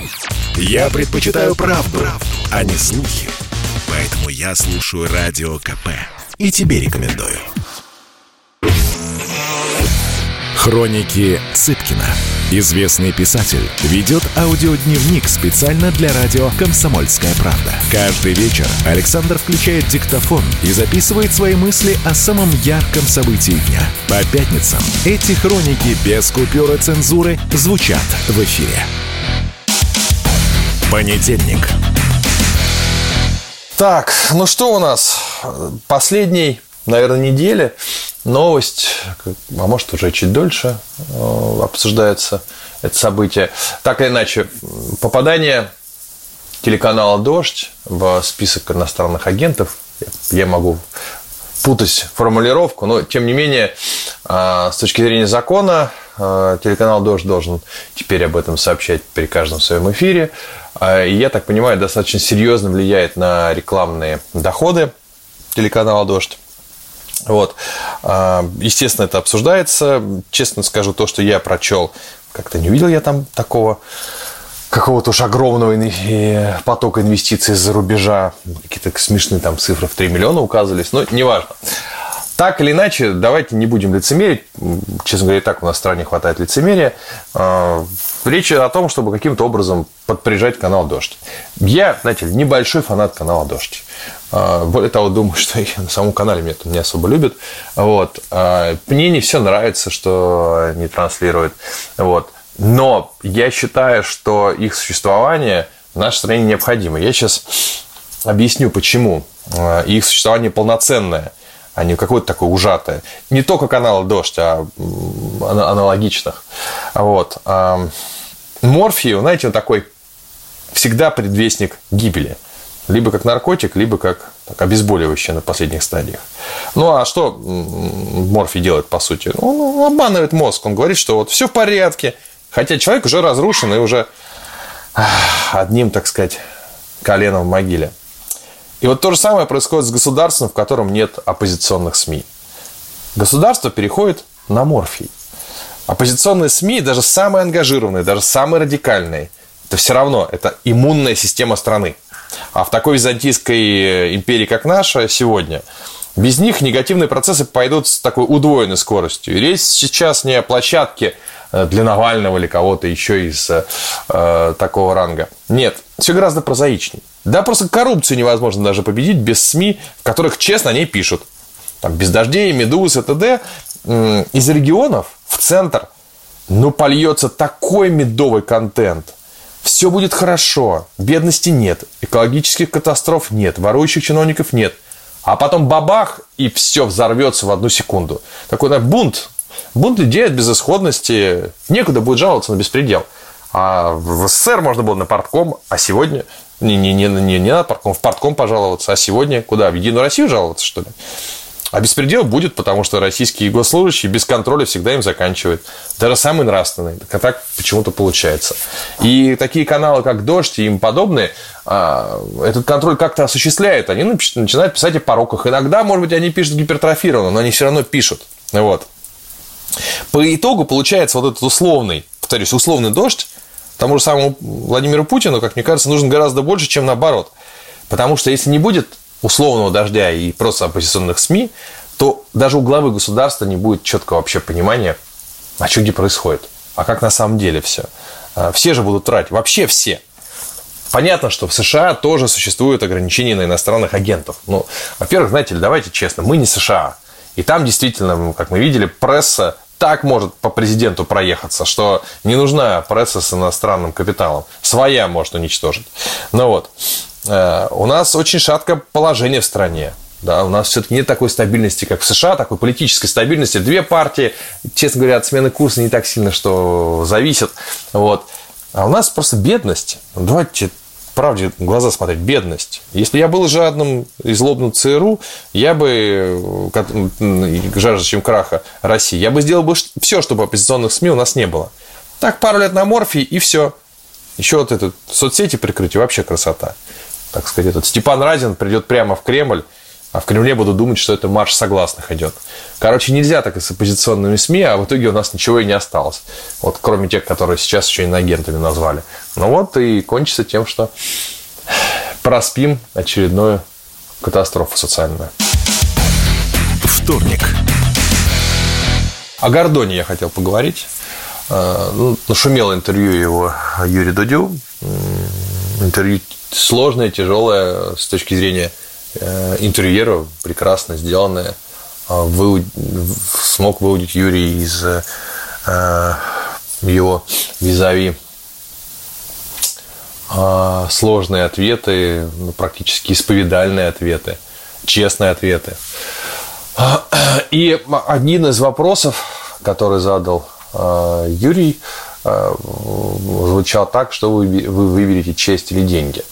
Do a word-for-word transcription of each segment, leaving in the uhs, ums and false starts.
Я предпочитаю правду, правду, а не слухи. Поэтому я слушаю Радио КП. И тебе рекомендую. Хроники Цыпкина. Известный писатель ведет аудиодневник специально для радио «Комсомольская правда». Каждый вечер Александр включает диктофон и записывает свои мысли о самом ярком событии дня. По пятницам эти хроники без купюр и цензуры звучат в эфире. Понедельник. Так, ну что у нас? Последней, наверное, недели новость, а может уже чуть дольше обсуждается это событие. Так или иначе, попадание телеканала «Дождь» в список иностранных агентов, я могу путать формулировку, но тем не менее, с точки зрения закона, телеканал «Дождь» должен теперь об этом сообщать при каждом своем эфире. И, я так понимаю, достаточно серьезно влияет на рекламные доходы телеканала «Дождь». Вот. Естественно, это обсуждается. Честно скажу, то, что я прочел, как-то не увидел я там такого какого-то уж огромного потока инвестиций из-за рубежа. Какие-то смешные там цифры в три миллиона указывались, но неважно. Так или иначе, давайте не будем лицемерить. Честно говоря, и так у нас в стране хватает лицемерия. Речь о том, чтобы каким-то образом подприжать канал «Дождь». Я, знаете, небольшой фанат канала «Дождь». Более того, думаю, что и на самом канале меня там не особо любят. Вот. Мне не все нравится, что они транслируют. Вот. Но я считаю, что их существование в нашей стране необходимо. Я сейчас объясню, почему. Их существование полноценное, а не какое-то такое ужатое. Не только канала «Дождь», а аналогичных. Вот. Морфий, знаете, он такой всегда предвестник гибели. Либо как наркотик, либо как так, обезболивающее на последних стадиях. Ну, а что морфий делает, по сути? Он обманывает мозг. Он говорит, что вот все в порядке. Хотя человек уже разрушен и уже одним, так сказать, коленом в могиле. И вот то же самое происходит с государством, в котором нет оппозиционных СМИ. Государство переходит на морфий. Оппозиционные СМИ, даже самые ангажированные, даже самые радикальные, это все равно, это иммунная система страны. А в такой византийской империи, как наша сегодня, без них негативные процессы пойдут с такой удвоенной скоростью. И речь сейчас не о площадке для Навального или кого-то еще из э, такого ранга. Нет, все гораздо прозаичнее. Да, просто коррупцию невозможно даже победить без СМИ, в которых честно о ней пишут. Там, без дождей, медуз и т.д. Из регионов в центр, ну, польется такой медовый контент. Все будет хорошо, бедности нет, экологических катастроф нет, ворующих чиновников нет. А потом бабах, и все взорвется в одну секунду. Такой да, бунт. Бунт людей от безысходности. Некуда будет жаловаться на беспредел. А в СССР можно было на партком, а сегодня... Не, не, не, не, не на партком, в партком пожаловаться. А сегодня куда? В Единую Россию жаловаться, что ли? А беспредел будет, потому что российские госслужащие без контроля всегда им заканчивают. Даже самые нравственные. А так почему-то получается. И такие каналы, как «Дождь» и им подобные, этот контроль как-то осуществляют. Они начинают писать о пороках. Иногда, может быть, они пишут гипертрофированно, но они все равно пишут. Вот. По итогу получается вот этот условный, повторюсь, условный «Дождь» тому же самому Владимиру Путину, как мне кажется, нужен гораздо больше, чем наоборот. Потому что если не будет условного «Дождя» и просто оппозиционных СМИ, то даже у главы государства не будет четкого вообще понимания, а что где происходит, а как на самом деле все. Все же будут врать, вообще все. Понятно, что в США тоже существуют ограничения на иностранных агентов. Ну, во-первых, знаете ли, давайте честно, мы не США. И там действительно, как мы видели, пресса так может по президенту проехаться, что не нужна пресса с иностранным капиталом. Своя может уничтожить. Ну вот. У нас очень шаткое положение в стране. Да, у нас все-таки нет такой стабильности, как в США, такой политической стабильности. Две партии, честно говоря, от смены курса не так сильно, что зависят. Вот. А у нас просто бедность. Давайте правде в глаза смотреть. Бедность. Если я был жадным и злобным ЦРУ, я бы, жаждущим краха России, я бы сделал бы все, чтобы оппозиционных СМИ у нас не было. Так, пару лет на морфии, и все. Еще вот это соцсети прикрыть, и вообще красота. Так сказать, этот Степан Разин придет прямо в Кремль а в Кремле будут думать, что это марш согласных идет. Короче, нельзя так и с оппозиционными СМИ, а в итоге у нас ничего и не осталось. Вот кроме тех, которые сейчас еще иноагентами назвали. Ну вот и кончится тем, что проспим очередную катастрофу социальную. Вторник. О Гордоне я хотел поговорить. Ну, нашумело интервью его Юрию Дудю. Интервью сложное, тяжелое с точки зрения интерьера, прекрасно сделанное. Вы, смог выудить Юрий из его визави сложные ответы, ну, практически исповедальные ответы, честные ответы. И один из вопросов, который задал Юрий, звучал так, что вы, вы выберете честь или деньги.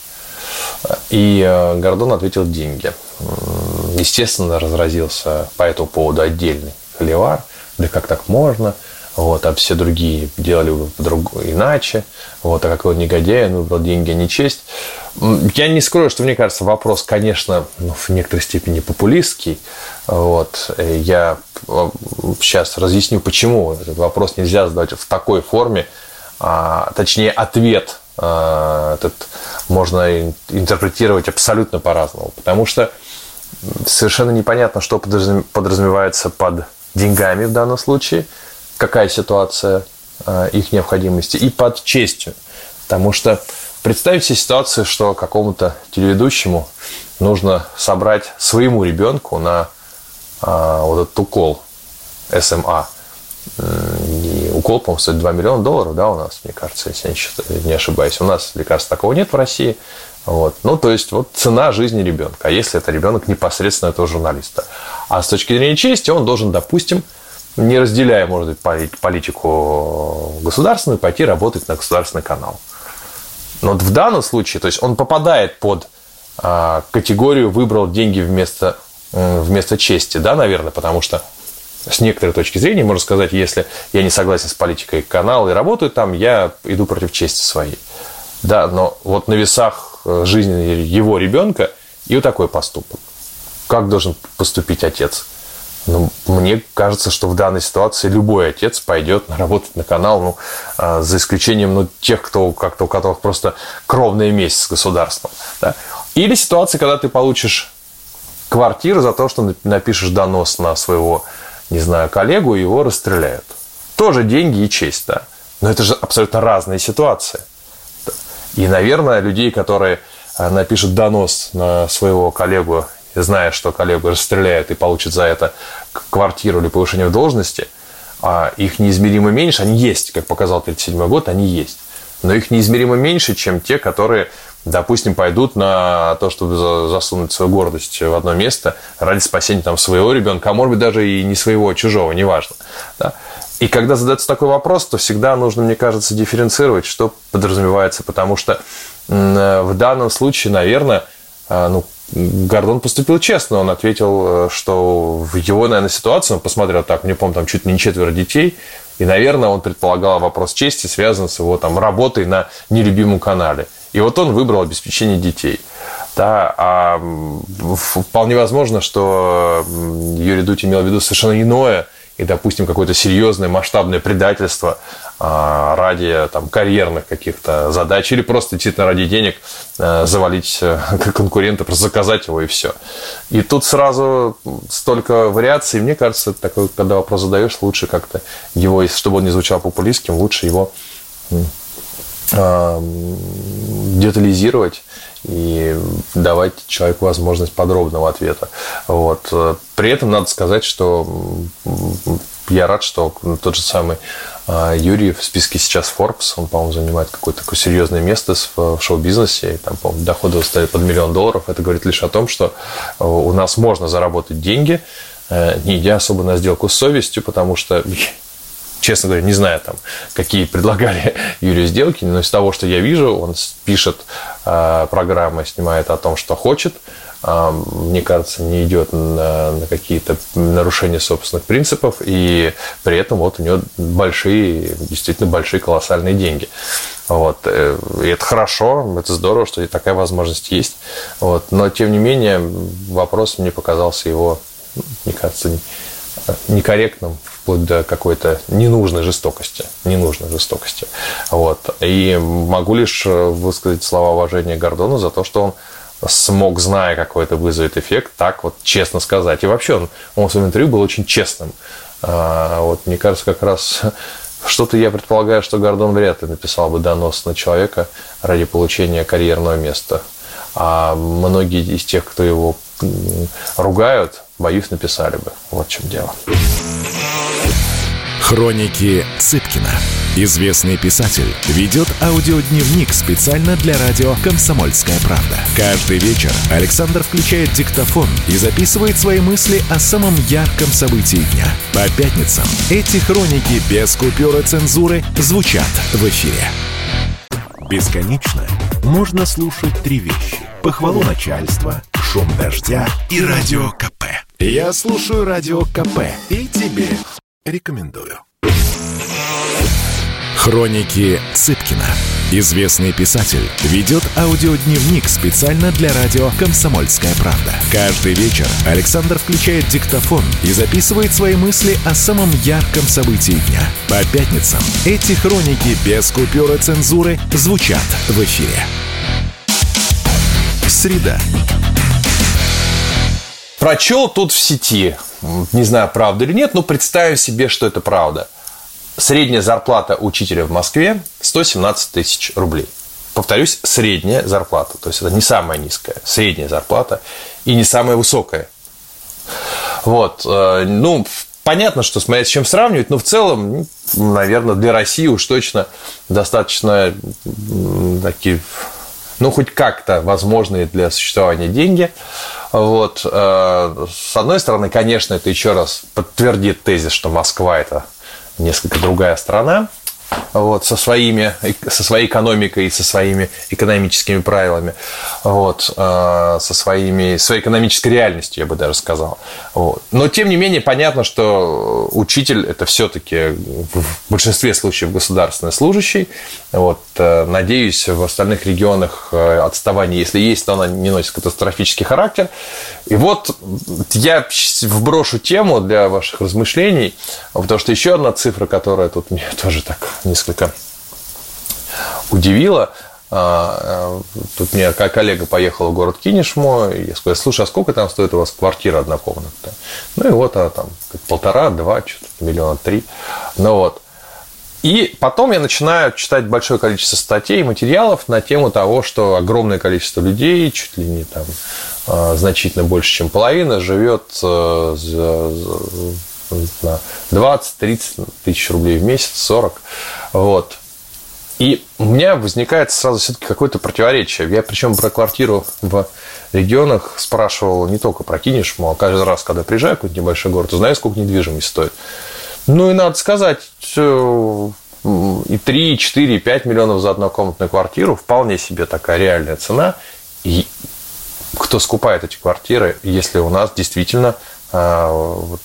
И Гордон ответил деньги. Естественно, разразился по этому поводу отдельный холивар. Да как так можно? Вот, а все другие делали бы по-другому, иначе. Вот, а какой он негодяй, он выбрал деньги, а не честь. Я не скрою, что, мне кажется, вопрос, конечно, ну, в некоторой степени популистский. Вот. Я сейчас разъясню, почему этот вопрос нельзя задавать в такой форме. А, точнее, ответ а, этот можно интерпретировать абсолютно по-разному. Потому что совершенно непонятно, что подразумевается под деньгами в данном случае, какая ситуация их необходимости, и под честью. Потому что представьте себе ситуацию, что какому-то телеведущему нужно собрать своему ребенку на а, вот этот укол эс эм а. И укол, по-моему, стоит два миллиона долларов, да, у нас, мне кажется, если я не ошибаюсь. У нас лекарств такого нет в России. Вот. Ну, то есть, вот цена жизни ребенка. А если это ребенок непосредственно этого журналиста? А с точки зрения чести он должен, допустим, не разделяя, может быть, политику государственную, пойти работать на государственный канал. Но вот в данном случае, то есть он попадает под а, категорию «выбрал деньги вместо, вместо чести», да, наверное, потому что с некоторой точки зрения можно сказать, если я не согласен с политикой канала и работаю там, я иду против чести своей. Да, но вот на весах жизни его ребенка и вот такой поступок. Как должен поступить отец? Ну, мне кажется, что в данной ситуации любой отец пойдет работать на канал, ну, э, за исключением ну, тех, кто, как-то, у которых просто кровная месть с государством. Да? Или ситуация, когда ты получишь квартиру за то, что напишешь донос на своего, не знаю, коллегу, и его расстреляют. Тоже деньги и честь, да. Но это же абсолютно разные ситуации. И, наверное, людей, которые напишут донос на своего коллегу, зная, что коллегу расстреляют и получат за это квартиру или повышение в должности, а их неизмеримо меньше, они есть, как показал тридцать седьмой год, они есть. Но их неизмеримо меньше, чем те, которые, допустим, пойдут на то, чтобы засунуть свою гордость в одно место ради спасения там, своего ребенка, а может быть, даже и не своего, а чужого, неважно. Да? И когда задается такой вопрос, то всегда нужно, мне кажется, дифференцировать, что подразумевается, потому что в данном случае, наверное, ну, Гордон поступил честно. Он ответил, что в его, наверное, ситуации, он посмотрел так, мне, по-моему, там чуть ли не четверо детей, и, наверное, он предполагал вопрос чести, связан с его там, работой на нелюбимом канале. И вот он выбрал обеспечение детей. Да, а вполне возможно, что Юрий Дудь имел в виду совершенно иное, и, допустим, какое-то серьезное масштабное предательство а, ради там, карьерных каких-то задач или просто действительно ради денег а, завалить а, конкурента, просто заказать его и все. И тут сразу столько вариаций. Мне кажется, такой, когда вопрос задаешь, лучше как-то его, чтобы он не звучал популистским, лучше его а, детализировать и давать человеку возможность подробного ответа. Вот. При этом надо сказать, что я рад, что тот же самый Юрий в списке сейчас Forbes, он, по-моему, занимает какое-то такое серьезное место в шоу-бизнесе, и там, по-моему, доходы стали под миллион долларов. Это говорит лишь о том, что у нас можно заработать деньги, не идя особо на сделку с совестью, потому что... Честно говоря, не знаю, там, какие предлагали Юрию сделки, но из того, что я вижу, он пишет э, программы, снимает о том, что хочет. Э, мне кажется, не идет на, на какие-то нарушения собственных принципов, и при этом вот у него большие, действительно большие колоссальные деньги. Вот. И это хорошо, это здорово, что такая возможность есть. Вот. Но, тем не менее, вопрос мне показался его, мне кажется, некорректным, вплоть до какой-то ненужной жестокости. Ненужной жестокости. Вот. И могу лишь высказать слова уважения Гордону за то, что он смог, зная, какой это вызовет эффект, так вот честно сказать. И вообще он, он в своем интервью был очень честным. А, вот, мне кажется, как раз что-то я предполагаю, что Гордон вряд ли написал бы донос на человека ради получения карьерного места. А многие из тех, кто его ругают, боюсь, написали бы. Вот в чем дело. Хроники Цыпкина. Известный писатель ведет аудиодневник специально для радио «Комсомольская правда». Каждый вечер Александр включает диктофон и записывает свои мысли о самом ярком событии дня. По пятницам эти хроники без купюры цензуры звучат в эфире. Бесконечно можно слушать три вещи: похвалу начальства, шум дождя и радио КП. Я слушаю радио КП и тебе рекомендую. Хроники Цыпкина. Известный писатель ведет аудиодневник специально для радио «Комсомольская правда». Каждый вечер Александр включает диктофон и записывает свои мысли о самом ярком событии дня. По пятницам эти хроники без купюры цензуры звучат в эфире. Среда. Прочел тут в сети, не знаю, правда или нет, но представим себе, что это правда. Средняя зарплата учителя в Москве сто семнадцать тысяч рублей. Повторюсь, средняя зарплата. То есть это не самая низкая, средняя зарплата и не самая высокая. Вот. Ну, понятно, что смотря с чем сравнивать, но в целом, наверное, для России уж точно достаточно такие, ну, хоть как-то возможные для существования деньги. Вот. С одной стороны, конечно, это еще раз подтвердит тезис, что Москва – это несколько другая страна, вот, со, своими, со своей экономикой и со своими экономическими правилами, вот, э, со своими, своей экономической реальностью, я бы даже сказал. Вот. Но, тем не менее, понятно, что учитель – это все-таки в большинстве случаев государственный служащий. Вот, э, надеюсь, в остальных регионах отставание, если есть, то оно не носит катастрофический характер. И вот я вброшу тему для ваших размышлений, потому что еще одна цифра, которая тут меня тоже так несколько удивила. Тут мне коллега поехал в город Кинешму, и я сказал: слушай, а сколько там стоит у вас квартира однокомнатная? Ну и вот она там полтора-два, что-то миллиона три. Ну вот. И потом я начинаю читать большое количество статей и материалов на тему того, что огромное количество людей, чуть ли не там значительно больше, чем половина, живет на двадцать-тридцать тысяч рублей в месяц, сорок. Вот. И у меня возникает сразу все-таки какое-то противоречие. Я причем про квартиру в регионах спрашивал не только про Кинешму, а каждый раз, когда приезжаю в какой-то небольшой город, узнаю, сколько недвижимость стоит. Ну и надо сказать, и три, и четыре, и пять миллионов за однокомнатную квартиру вполне себе такая реальная цена. И кто скупает эти квартиры, если у нас действительно вот,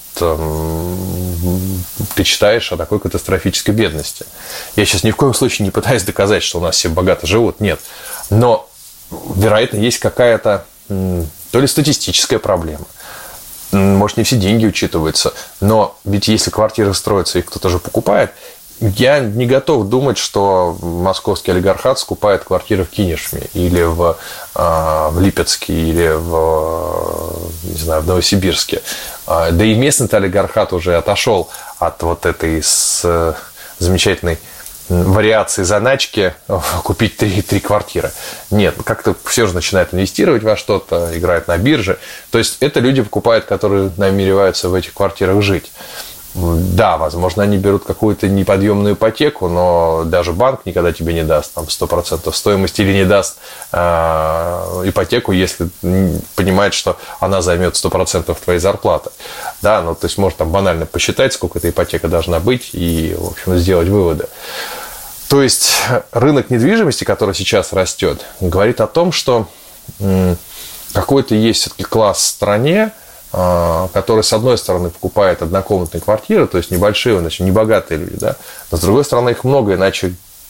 ты читаешь о такой катастрофической бедности. Я сейчас ни в коем случае не пытаюсь доказать, что у нас все богато живут, нет. Но, вероятно, есть какая-то то ли статистическая проблема, может, не все деньги учитываются, но ведь если квартиры строятся, их кто-то же покупает, я не готов думать, что московский олигархат скупает квартиры в Кинешме или в, в Липецке или в, не знаю, в Новосибирске. Да и местный-то олигархат уже отошел от вот этой с замечательной вариации заначки купить три, три квартиры. Нет, как-то все же начинают инвестировать во что-то, играют на бирже. То есть это люди покупают, которые намереваются в этих квартирах жить. Да, возможно, они берут какую-то неподъемную ипотеку, но даже банк никогда тебе не даст там сто процентов стоимости или не даст э, ипотеку, если понимает, что она займет сто процентов твоей зарплаты. Да, ну, то есть, может там банально посчитать, сколько эта ипотека должна быть и, в общем, сделать выводы. То есть, рынок недвижимости, который сейчас растет, говорит о том, что м, какой-то есть все-таки класс в стране, который, с одной стороны, покупает однокомнатные квартиры, то есть небольшие, значит, небогатые люди, да, но с другой стороны, их много, иначе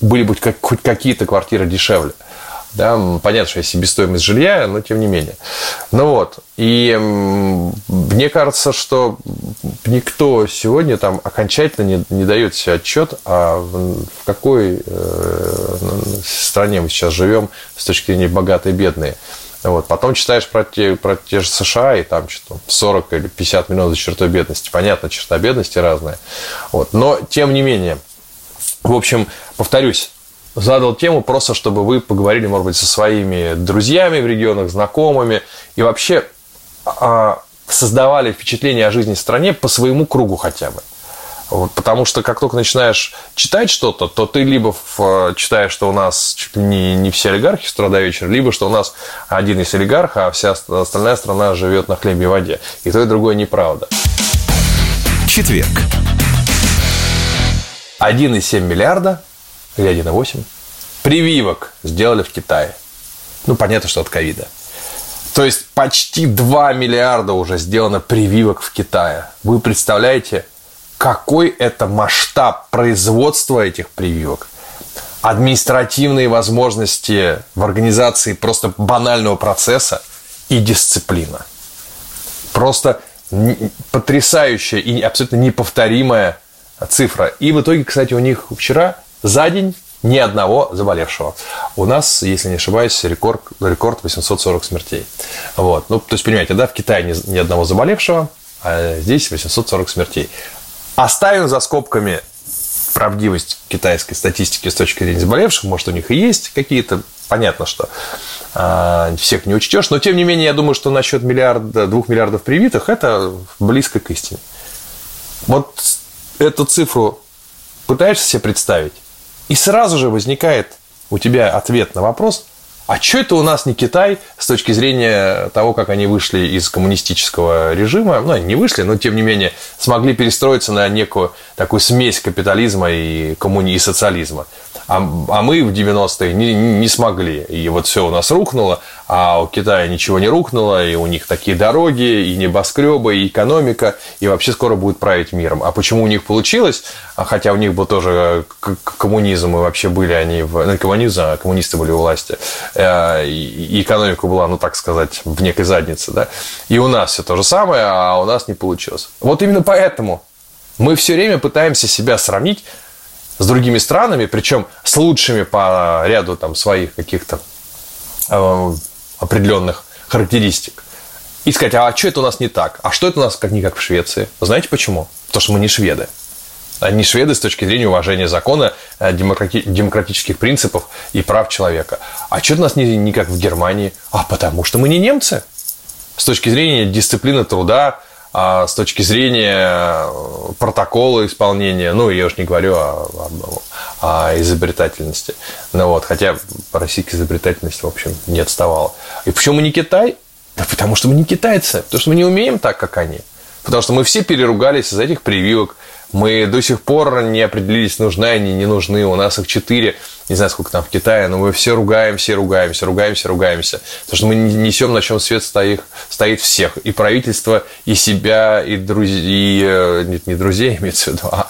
были бы хоть какие-то квартиры дешевле. Да, понятно, что есть себестоимость жилья, но тем не менее. Ну вот, и мне кажется, что никто сегодня там окончательно не, не дает себе отчет, а в, в какой э, стране мы сейчас живем с точки зрения богатой и бедной. Вот. Потом читаешь про те, про те же США, и там что-то сорок или пятьдесят миллионов за чертой бедности. Понятно, черта бедности разная. Вот. Но, тем не менее, в общем, повторюсь, задал тему просто, чтобы вы поговорили, может быть, со своими друзьями в регионах, знакомыми, и вообще создавали впечатление о жизни в стране по своему кругу хотя бы. Вот, потому что как только начинаешь читать что-то, то ты либо в, читаешь, что у нас чуть ли не, не все олигархи с утра до вечера, либо что у нас один есть олигарх, а вся остальная страна живет на хлебе и воде. И то, и другое неправда. Четверг. один целых семь миллиарда или один целых восемь прививок сделали в Китае. Ну, понятно, что от ковида. То есть, почти два миллиарда уже сделано прививок в Китае. Вы представляете, какой это масштаб производства этих прививок? Административные возможности в организации просто банального процесса и дисциплина. Просто потрясающая и абсолютно неповторимая цифра. И в итоге, кстати, у них вчера за день ни одного заболевшего. У нас, если не ошибаюсь, рекорд, рекорд восемьсот сорок смертей. Вот. Ну, то есть, понимаете, да, в Китае ни, ни одного заболевшего, а здесь восемьсот сорок смертей. Оставим за скобками правдивость китайской статистики с точки зрения заболевших. Может, у них и есть какие-то. Понятно, что э, всех не учтешь. Но, тем не менее, я думаю, что насчет миллиарда, двух миллиардов привитых это близко к истине. Вот эту цифру пытаешься себе представить, и сразу же возникает у тебя ответ на вопрос, а что это у нас не Китай с точки зрения того, как они вышли из коммунистического режима? Ну, они не вышли, но, тем не менее, смогли перестроиться на некую такую смесь капитализма и, коммуни... и социализма. А, а мы в девяностые не, не смогли. И вот все у нас рухнуло, а у Китая ничего не рухнуло, и у них такие дороги, и небоскребы, и экономика, и вообще скоро будет править миром. А почему у них получилось? Хотя у них был тоже коммунизм, и вообще были они в... Ну, коммунизм, а коммунисты были у власти. И экономика была, ну, так сказать, в некой заднице, да? И у нас все то же самое, а у нас не получилось. Вот именно поэтому мы все время пытаемся себя сравнить с другими странами, причем с лучшими по ряду там своих каких-то э, определенных характеристик. И сказать, а что это у нас не так? А что это у нас как не как в Швеции? Знаете почему? Потому что мы не шведы. Они шведы с точки зрения уважения закона, демократи- демократических принципов и прав человека. А что это у нас не, не как в Германии? А потому что мы не немцы. С точки зрения дисциплины труда, с точки зрения протокола исполнения, ну, я уж не говорю о, о, о изобретательности. Ну, вот, хотя российская изобретательность, в общем, не отставала. И почему мы не Китай? Да потому что мы не китайцы, потому что мы не умеем так, как они. Потому что мы все переругались из этих прививок. Мы до сих пор не определились, нужны они, не нужны. У нас их четыре, не знаю, сколько там в Китае, но мы все ругаем, все ругаемся, ругаемся, ругаемся. Потому что мы несем, на чем свет стоит, стоит всех. И правительство, и себя, и друзей, и, нет, не друзей, имеется в виду, а,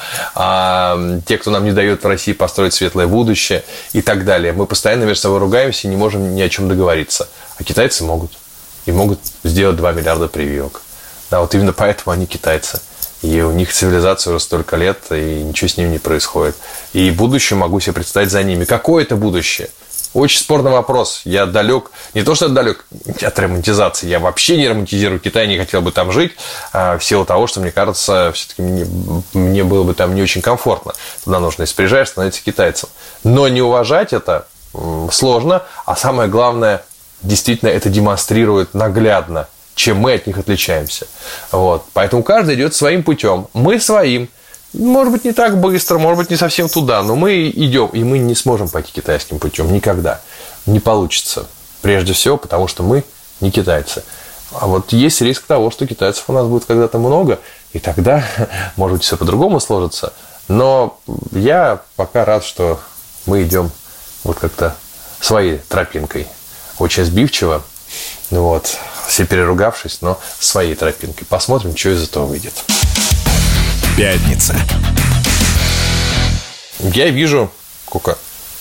а те, кто нам не дает в России построить светлое будущее и так далее. Мы постоянно между собой ругаемся и не можем ни о чем договориться. А китайцы могут. И могут сделать два миллиарда прививок. Да, вот именно поэтому они китайцы. И у них цивилизация уже столько лет, и ничего с ними не происходит. И будущее могу себе представить за ними. Какое это будущее? Очень спорный вопрос. Я далек, не то что я далек от романтизации, я вообще не романтизирую Китай, не хотел бы там жить, в силу того, что, мне кажется, все-таки мне, мне было бы там не очень комфортно. Туда нужно, если приезжаешь, становиться китайцем. Но не уважать это сложно, а самое главное, действительно это демонстрирует наглядно, чем мы от них отличаемся. Вот. Поэтому каждый идет своим путем. Мы своим. Может быть, не так быстро, может быть, не совсем туда, но мы идем, и мы не сможем пойти китайским путем никогда. Не получится. Прежде всего, потому что мы не китайцы. А вот есть риск того, что китайцев у нас будет когда-то много, и тогда, может быть, все по-другому сложится. Но я пока рад, что мы идем вот как-то своей тропинкой. Очень сбивчиво. Вот. Все переругавшись, но своей тропинкой. Посмотрим, что из этого выйдет. Пятница. Я вижу, сколько,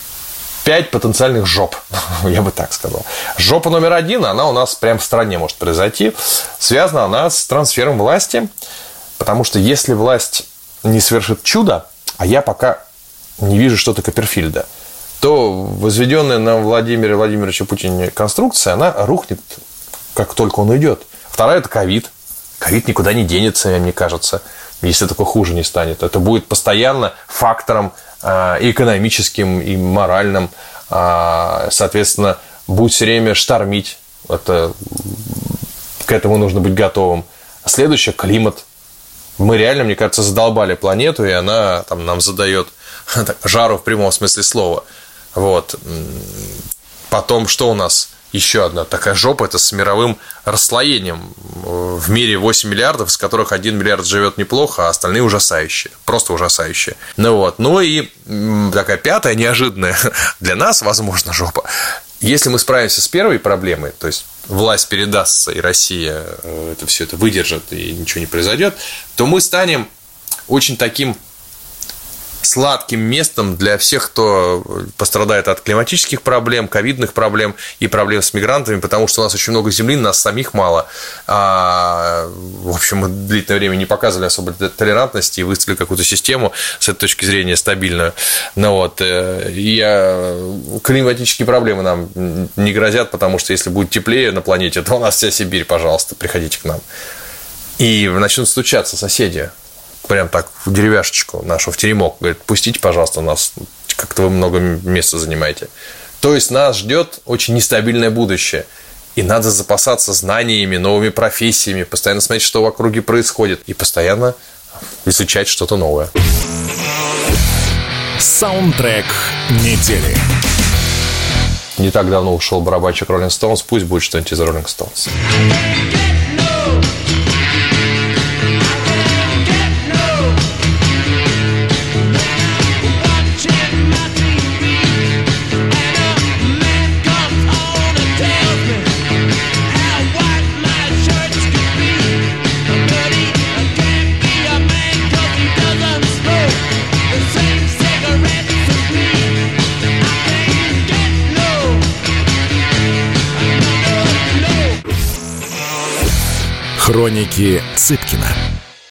пять потенциальных жоп, я бы так сказал. Жопа номер один, она у нас прямо в стране может произойти. Связана она с трансфером власти, потому что если власть не совершит чудо, а я пока не вижу что-то Копперфильда, то возведенная на Владимира Владимировича Путине конструкция, она рухнет, как только он уйдет. Вторая – это ковид. Ковид никуда не денется, мне кажется, если только хуже не станет. Это будет постоянно фактором и экономическим, и моральным. Соответственно, будет все время штормить. Это, к этому нужно быть готовым. А следующее – климат. Мы реально, мне кажется, задолбали планету, и она там, нам задает жару в прямом смысле слова. Вот. Потом, что у нас? Еще одна такая жопа – это с мировым расслоением. В мире восемь миллиардов, из которых один миллиард живет неплохо, а остальные ужасающие. Просто ужасающие. Ну, вот. Ну и такая пятая, неожиданная для нас, возможно, жопа. Если мы справимся с первой проблемой, то есть власть передастся, и Россия это все это выдержит, и ничего не произойдет, то мы станем очень таким сладким местом для всех, кто пострадает от климатических проблем, ковидных проблем и проблем с мигрантами, потому что у нас очень много земли, нас самих мало. А, в общем, мы длительное время не показывали особой толерантности и выставили какую-то систему с этой точки зрения стабильную. Ну, вот, и климатические проблемы нам не грозят, потому что если будет теплее на планете, то у нас вся Сибирь, пожалуйста, приходите к нам. И начнут стучаться соседи. Прям так в деревяшечку нашу, в теремок. Говорит, пустите, пожалуйста, нас, как-то вы много места занимаете. То есть нас ждет очень нестабильное будущее. И надо запасаться знаниями, новыми профессиями, постоянно смотреть, что в округе происходит, и постоянно изучать что-то новое. Саундтрек недели. Не так давно ушел барабанщик Rolling Stones, пусть будет что-нибудь из Rolling Stones. Хроники Цыпкина.